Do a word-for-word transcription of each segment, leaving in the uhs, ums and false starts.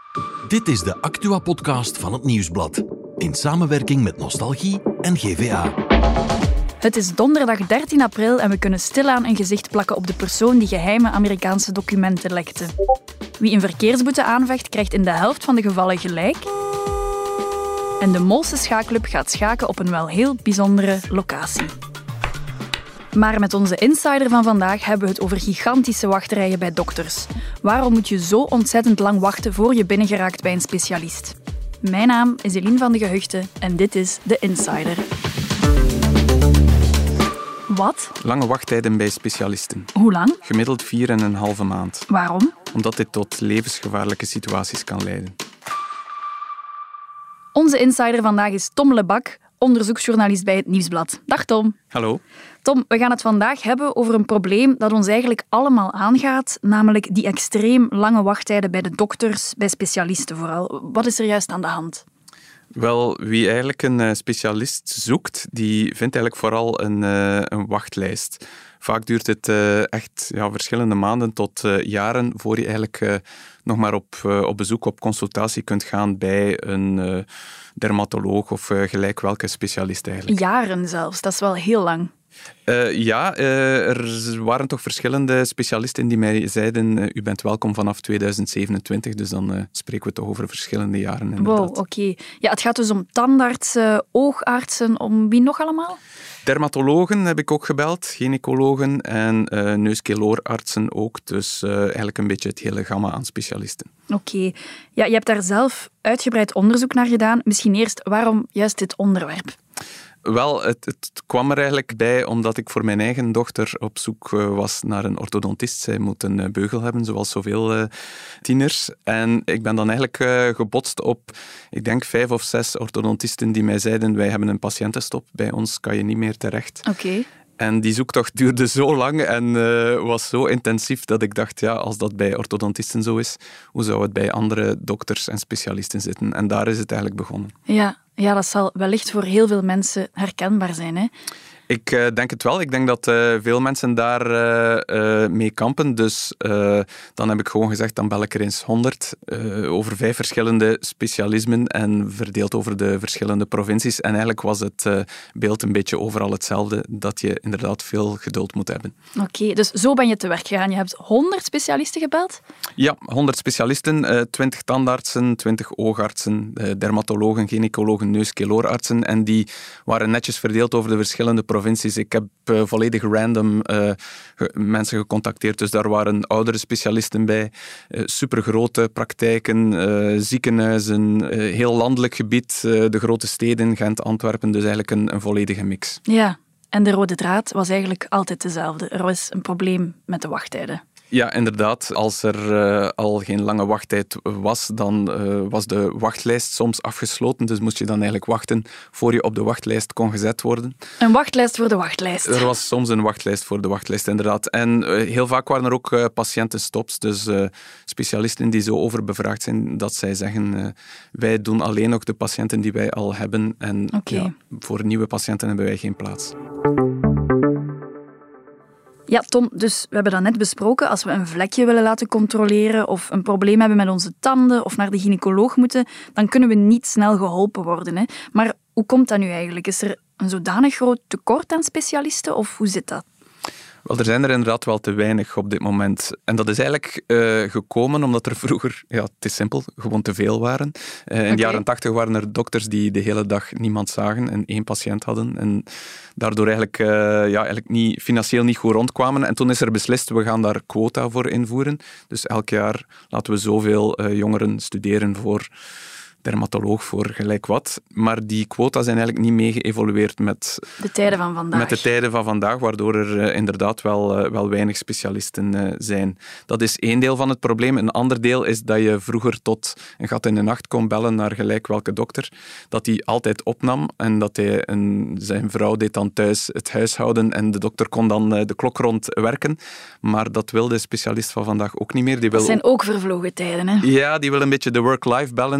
Dit is de Actua-podcast van het Nieuwsblad. In samenwerking met Nostalgie en G V A. Het is donderdag dertien april en we kunnen stilaan een gezicht plakken op de persoon die geheime Amerikaanse documenten lekte. Wie een verkeersboete aanvecht, krijgt in de helft van de gevallen gelijk. En de Molse Schaakclub gaat schaken op een wel heel bijzondere locatie. Maar met onze insider van vandaag hebben we het over gigantische wachtrijen bij dokters. Waarom moet je zo ontzettend lang wachten voor je binnengeraakt bij een specialist? Mijn naam is Eline van de Gehuchten en dit is de Insider. Wat? Lange wachttijden bij specialisten. Hoe lang? Gemiddeld vier en een halve maand. Waarom? Omdat dit tot levensgevaarlijke situaties kan leiden. Onze insider vandaag is Tom Lebak, onderzoeksjournalist bij het Nieuwsblad. Dag Tom. Hallo. Tom, we gaan het vandaag hebben over een probleem dat ons eigenlijk allemaal aangaat, namelijk die extreem lange wachttijden bij de dokters, bij specialisten vooral. Wat is er juist aan de hand? Wel, wie eigenlijk een specialist zoekt, die vindt eigenlijk vooral een, uh, een wachtlijst. Vaak duurt het uh, echt ja, verschillende maanden tot uh, jaren voor je eigenlijk uh, nog maar op, uh, op bezoek, op consultatie kunt gaan bij een uh, dermatoloog of uh, gelijk welke specialist eigenlijk. Jaren zelfs, dat is wel heel lang. Uh, ja, uh, er waren toch verschillende specialisten die mij zeiden uh, u bent welkom vanaf tweeduizend zevenentwintig, dus dan uh, spreken we toch over verschillende jaren inderdaad. Wow, oké. Okay. Ja, het gaat dus om tandartsen, oogartsen, om wie nog allemaal? Dermatologen heb ik ook gebeld, gynaecologen en uh, neus-keeloorartsen ook, dus uh, eigenlijk een beetje het hele gamma aan specialisten. Oké. Okay. Ja, je hebt daar zelf uitgebreid onderzoek naar gedaan. Misschien eerst, waarom juist dit onderwerp? Wel, het, het kwam er eigenlijk bij omdat ik voor mijn eigen dochter op zoek was naar een orthodontist. Zij moet een beugel hebben, zoals zoveel uh, tieners. En ik ben dan eigenlijk uh, gebotst op, ik denk, vijf of zes orthodontisten die mij zeiden, wij hebben een patiëntenstop, bij ons kan je niet meer terecht. Oké. Okay. En die zoektocht duurde zo lang en uh, was zo intensief dat ik dacht, ja, als dat bij orthodontisten zo is, hoe zou het bij andere dokters en specialisten zitten? En daar is het eigenlijk begonnen. Ja, ja dat zal wellicht voor heel veel mensen herkenbaar zijn, hè? Ik uh, denk het wel. Ik denk dat uh, veel mensen daar uh, uh, mee kampen. Dus uh, dan heb ik gewoon gezegd, dan bel ik er eens honderd uh, over vijf verschillende specialismen en verdeeld over de verschillende provincies. En eigenlijk was het uh, beeld een beetje overal hetzelfde, dat je inderdaad veel geduld moet hebben. Oké, okay, dus zo ben je te werk gegaan. Je hebt honderd specialisten gebeld? Ja, honderd specialisten, uh, twintig tandartsen, twintig oogartsen, uh, dermatologen, gynaecologen, neus-keeloorartsen. En die waren netjes verdeeld over de verschillende provincies. provincies. Ik heb uh, volledig random uh, ge- mensen gecontacteerd. Dus daar waren oudere specialisten bij, uh, supergrote praktijken, uh, ziekenhuizen, uh, heel landelijk gebied, uh, de grote steden, Gent, Antwerpen. Dus eigenlijk een, een volledige mix. Ja, en de rode draad was eigenlijk altijd dezelfde. Er was een probleem met de wachttijden. Ja, inderdaad. Als er uh, al geen lange wachttijd was, dan uh, was de wachtlijst soms afgesloten. Dus moest je dan eigenlijk wachten voor je op de wachtlijst kon gezet worden. Een wachtlijst voor de wachtlijst. Er was soms een wachtlijst voor de wachtlijst, inderdaad. En uh, heel vaak waren er ook uh, patiëntenstops. Dus uh, specialisten die zo overbevraagd zijn dat zij zeggen uh, wij doen alleen nog de patiënten die wij al hebben. En okay. ja, voor nieuwe patiënten hebben wij geen plaats. Ja, Tom, dus we hebben dat net besproken. Als we een vlekje willen laten controleren of een probleem hebben met onze tanden of naar de gynaecoloog moeten, dan kunnen we niet snel geholpen worden. Hè? Maar hoe komt dat nu eigenlijk? Is er een zodanig groot tekort aan specialisten of hoe zit dat? Wel, er zijn er inderdaad wel te weinig op dit moment. En dat is eigenlijk uh, gekomen omdat er vroeger, ja, het is simpel, gewoon te veel waren. Uh, in okay. de jaren tachtig waren er dokters die de hele dag niemand zagen en één patiënt hadden. En daardoor eigenlijk, uh, ja, eigenlijk niet, financieel niet goed rondkwamen. En toen is er beslist, we gaan daar quota voor invoeren. Dus elk jaar laten we zoveel uh, jongeren studeren voor dermatoloog voor gelijk wat. Maar die quota zijn eigenlijk niet mee geëvolueerd met de tijden van vandaag. Met de tijden van vandaag, waardoor er uh, inderdaad wel, uh, wel weinig specialisten uh, zijn. Dat is één deel van het probleem. Een ander deel is dat je vroeger tot een gat in de nacht kon bellen naar gelijk welke dokter, dat hij altijd opnam en dat hij een, zijn vrouw deed dan thuis het huishouden en de dokter kon dan uh, de klok rond werken. Maar dat wil de specialist van vandaag ook niet meer. Die wil dat zijn ook vervlogen tijden, hè? Ja, die wil een beetje de work-life balance bewaren.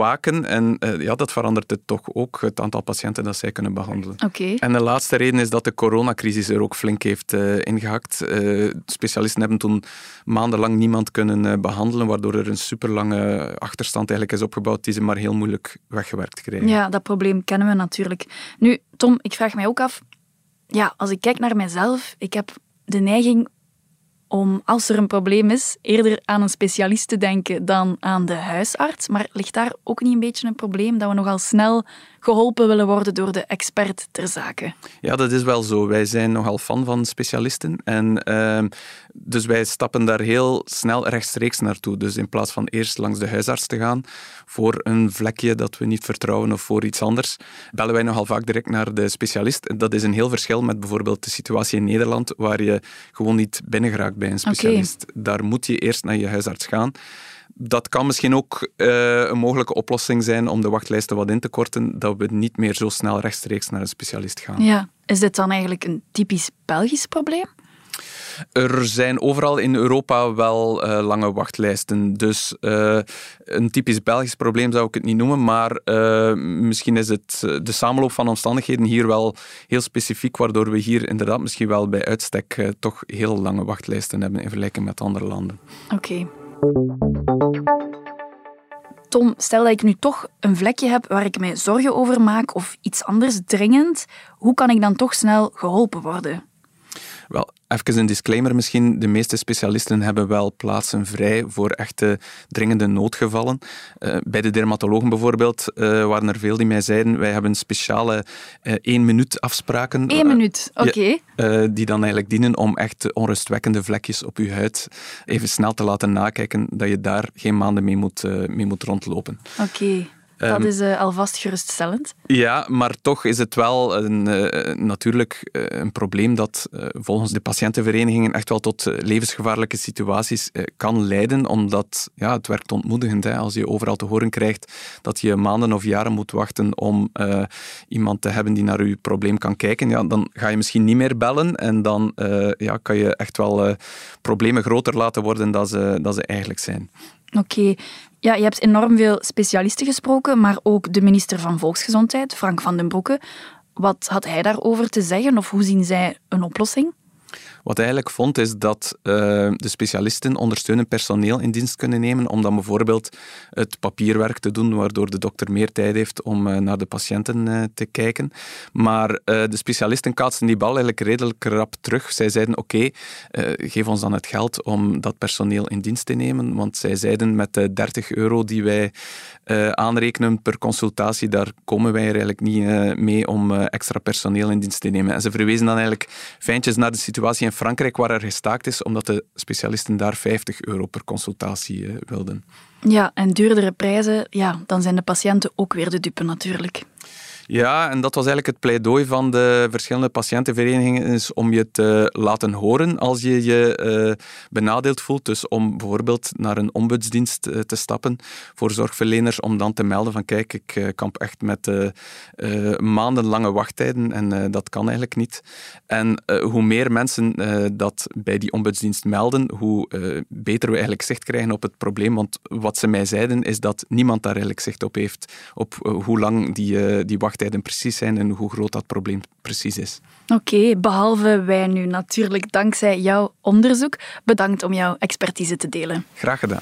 maken. En uh, ja, dat verandert het toch ook, het aantal patiënten dat zij kunnen behandelen. Okay. En de laatste reden is dat de coronacrisis er ook flink heeft uh, ingehakt. Uh, specialisten hebben toen maandenlang niemand kunnen uh, behandelen, waardoor er een superlange achterstand eigenlijk is opgebouwd die ze maar heel moeilijk weggewerkt krijgen. Ja, dat probleem kennen we natuurlijk. Nu, Tom, ik vraag mij ook af, ja, als ik kijk naar mijzelf, ik heb de neiging om, als er een probleem is, eerder aan een specialist te denken dan aan de huisarts. Maar ligt daar ook niet een beetje een probleem dat we nogal snel geholpen willen worden door de expert ter zake? Ja, dat is wel zo. Wij zijn nogal fan van specialisten. En uh, dus wij stappen daar heel snel rechtstreeks naartoe. Dus in plaats van eerst langs de huisarts te gaan voor een vlekje dat we niet vertrouwen of voor iets anders, bellen wij nogal vaak direct naar de specialist. Dat is een heel verschil met bijvoorbeeld de situatie in Nederland, waar je gewoon niet binnengeraakt bij een specialist. Okay. Daar moet je eerst naar je huisarts gaan. Dat kan misschien ook uh, een mogelijke oplossing zijn om de wachtlijsten wat in te korten, dat we niet meer zo snel rechtstreeks naar een specialist gaan. Ja. Is dit dan eigenlijk een typisch Belgisch probleem? Er zijn overal in Europa wel uh, lange wachtlijsten. Dus uh, een typisch Belgisch probleem zou ik het niet noemen, maar uh, misschien is het de samenloop van omstandigheden hier wel heel specifiek, waardoor we hier inderdaad misschien wel bij uitstek uh, toch heel lange wachtlijsten hebben in vergelijking met andere landen. Oké. Okay. Tom, stel dat ik nu toch een vlekje heb waar ik mij zorgen over maak of iets anders dringend, hoe kan ik dan toch snel geholpen worden? Wel, even een disclaimer misschien. De meeste specialisten hebben wel plaatsen vrij voor echte dringende noodgevallen. Uh, bij de dermatologen bijvoorbeeld uh, waren er veel die mij zeiden, wij hebben speciale uh, één minuut afspraken. Eén minuut, oké. Okay. Ja, uh, die dan eigenlijk dienen om echt onrustwekkende vlekjes op je huid even snel te laten nakijken, dat je daar geen maanden mee moet, uh, mee moet rondlopen. Oké. Okay. Dat is uh, alvast geruststellend. Ja, maar toch is het wel een, uh, natuurlijk uh, een probleem dat uh, volgens de patiëntenverenigingen echt wel tot uh, levensgevaarlijke situaties uh, kan leiden, omdat ja, het werkt ontmoedigend. Hè, als je overal te horen krijgt dat je maanden of jaren moet wachten om uh, iemand te hebben die naar je probleem kan kijken, ja, dan ga je misschien niet meer bellen en dan uh, ja, kan je echt wel uh, problemen groter laten worden dan ze, dan ze eigenlijk zijn. Oké. Okay. Ja, je hebt enorm veel specialisten gesproken, maar ook de minister van Volksgezondheid, Frank van den Broeke. Wat had hij daarover te zeggen of hoe zien zij een oplossing? Wat hij eigenlijk vond, is dat uh, de specialisten ondersteunend personeel in dienst kunnen nemen om dan bijvoorbeeld het papierwerk te doen, waardoor de dokter meer tijd heeft om uh, naar de patiënten uh, te kijken. Maar uh, de specialisten kaatsten die bal eigenlijk redelijk rap terug. Zij zeiden, oké, okay, uh, geef ons dan het geld om dat personeel in dienst te nemen, want zij zeiden met de dertig euro die wij uh, aanrekenen per consultatie, daar komen wij er eigenlijk niet uh, mee om uh, extra personeel in dienst te nemen. En ze verwezen dan eigenlijk fijntjes naar de situatie in Frankrijk, waar er gestaakt is, omdat de specialisten daar vijftig euro per consultatie uh, wilden. Ja, en duurdere prijzen, ja, dan zijn de patiënten ook weer de dupe natuurlijk. Ja, en dat was eigenlijk het pleidooi van de verschillende patiëntenverenigingen, is om je te laten horen als je je uh, benadeeld voelt. Dus om bijvoorbeeld naar een ombudsdienst uh, te stappen voor zorgverleners, om dan te melden van kijk, ik uh, kamp echt met uh, uh, maandenlange wachttijden en uh, dat kan eigenlijk niet. En uh, hoe meer mensen uh, dat bij die ombudsdienst melden, hoe uh, beter we eigenlijk zicht krijgen op het probleem. Want wat ze mij zeiden, is dat niemand daar eigenlijk zicht op heeft, op uh, hoe lang die, uh, die wachttijden tijden precies zijn en hoe groot dat probleem precies is. Oké, okay, behalve wij nu natuurlijk dankzij jouw onderzoek. Bedankt om jouw expertise te delen. Graag gedaan.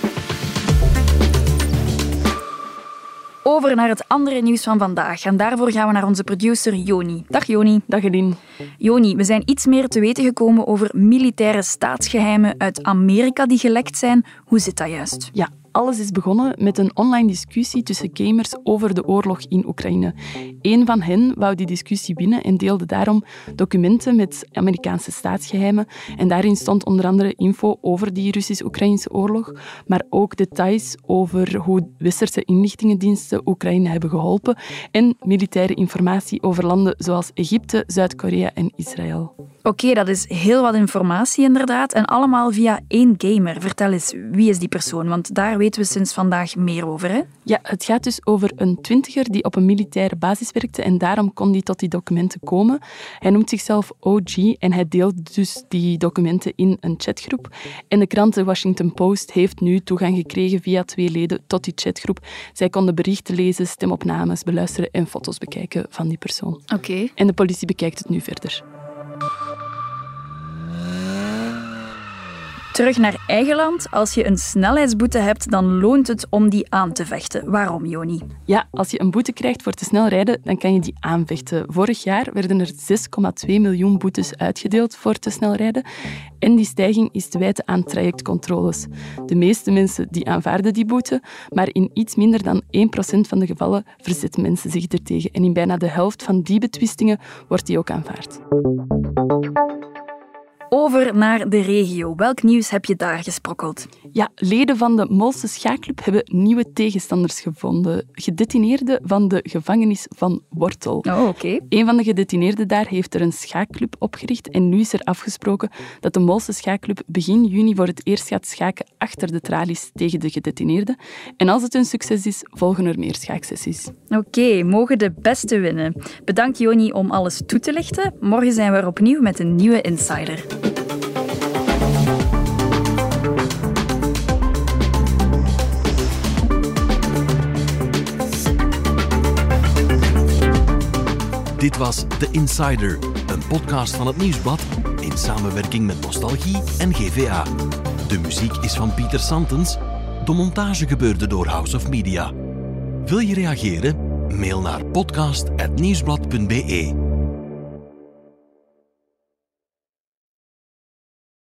Over naar het andere nieuws van vandaag. En daarvoor gaan we naar onze producer Joni. Dag Joni. Dag Eline. Joni, we zijn iets meer te weten gekomen over militaire staatsgeheimen uit Amerika die gelekt zijn. Hoe zit dat juist? Ja, alles is begonnen met een online discussie tussen gamers over de oorlog in Oekraïne. Eén van hen wou die discussie winnen en deelde daarom documenten met Amerikaanse staatsgeheimen. En daarin stond onder andere info over die Russisch-Oekraïnse oorlog, maar ook details over hoe westerse inlichtingendiensten Oekraïne hebben geholpen en militaire informatie over landen zoals Egypte, Zuid-Korea en Israël. Oké, okay, dat is heel wat informatie inderdaad. En allemaal via één gamer. Vertel eens, wie is die persoon? Want daar weten we sinds vandaag meer over, hè? Ja, het gaat dus over een twintiger die op een militaire basis werkte en daarom kon hij tot die documenten komen. Hij noemt zichzelf O G en hij deelt dus die documenten in een chatgroep. En de krant The Washington Post heeft nu toegang gekregen via twee leden tot die chatgroep. Zij konden berichten lezen, stemopnames beluisteren en foto's bekijken van die persoon. Oké. Okay. En de politie bekijkt het nu verder. Terug naar eigen land. Als je een snelheidsboete hebt, dan loont het om die aan te vechten. Waarom, Joni? Ja, als je een boete krijgt voor te snel rijden, dan kan je die aanvechten. Vorig jaar werden er zes komma twee miljoen boetes uitgedeeld voor te snel rijden. En die stijging is te wijten aan trajectcontroles. De meeste mensen die aanvaarden die boete, maar in iets minder dan één procent van de gevallen verzetten mensen zich ertegen. En in bijna de helft van die betwistingen wordt die ook aanvaard. Over naar de regio. Welk nieuws heb je daar gesprokkeld? Ja, leden van de Molse Schaakclub hebben nieuwe tegenstanders gevonden. Gedetineerden van de gevangenis van Wortel. Oh, oké. Okay. Een van de gedetineerden daar heeft er een schaakclub opgericht en nu is er afgesproken dat de Molse Schaakclub begin juni voor het eerst gaat schaken achter de tralies tegen de gedetineerden. En als het een succes is, volgen er meer schaaksessies. Oké, okay, mogen de beste winnen. Bedankt Joni om alles toe te lichten. Morgen zijn we er opnieuw met een nieuwe Insider. Dit was The Insider, een podcast van het Nieuwsblad in samenwerking met Nostalgie en G V A. De muziek is van Pieter Santens. De montage gebeurde door House of Media. Wil je reageren? Mail naar podcast apennieuwsblad punt be.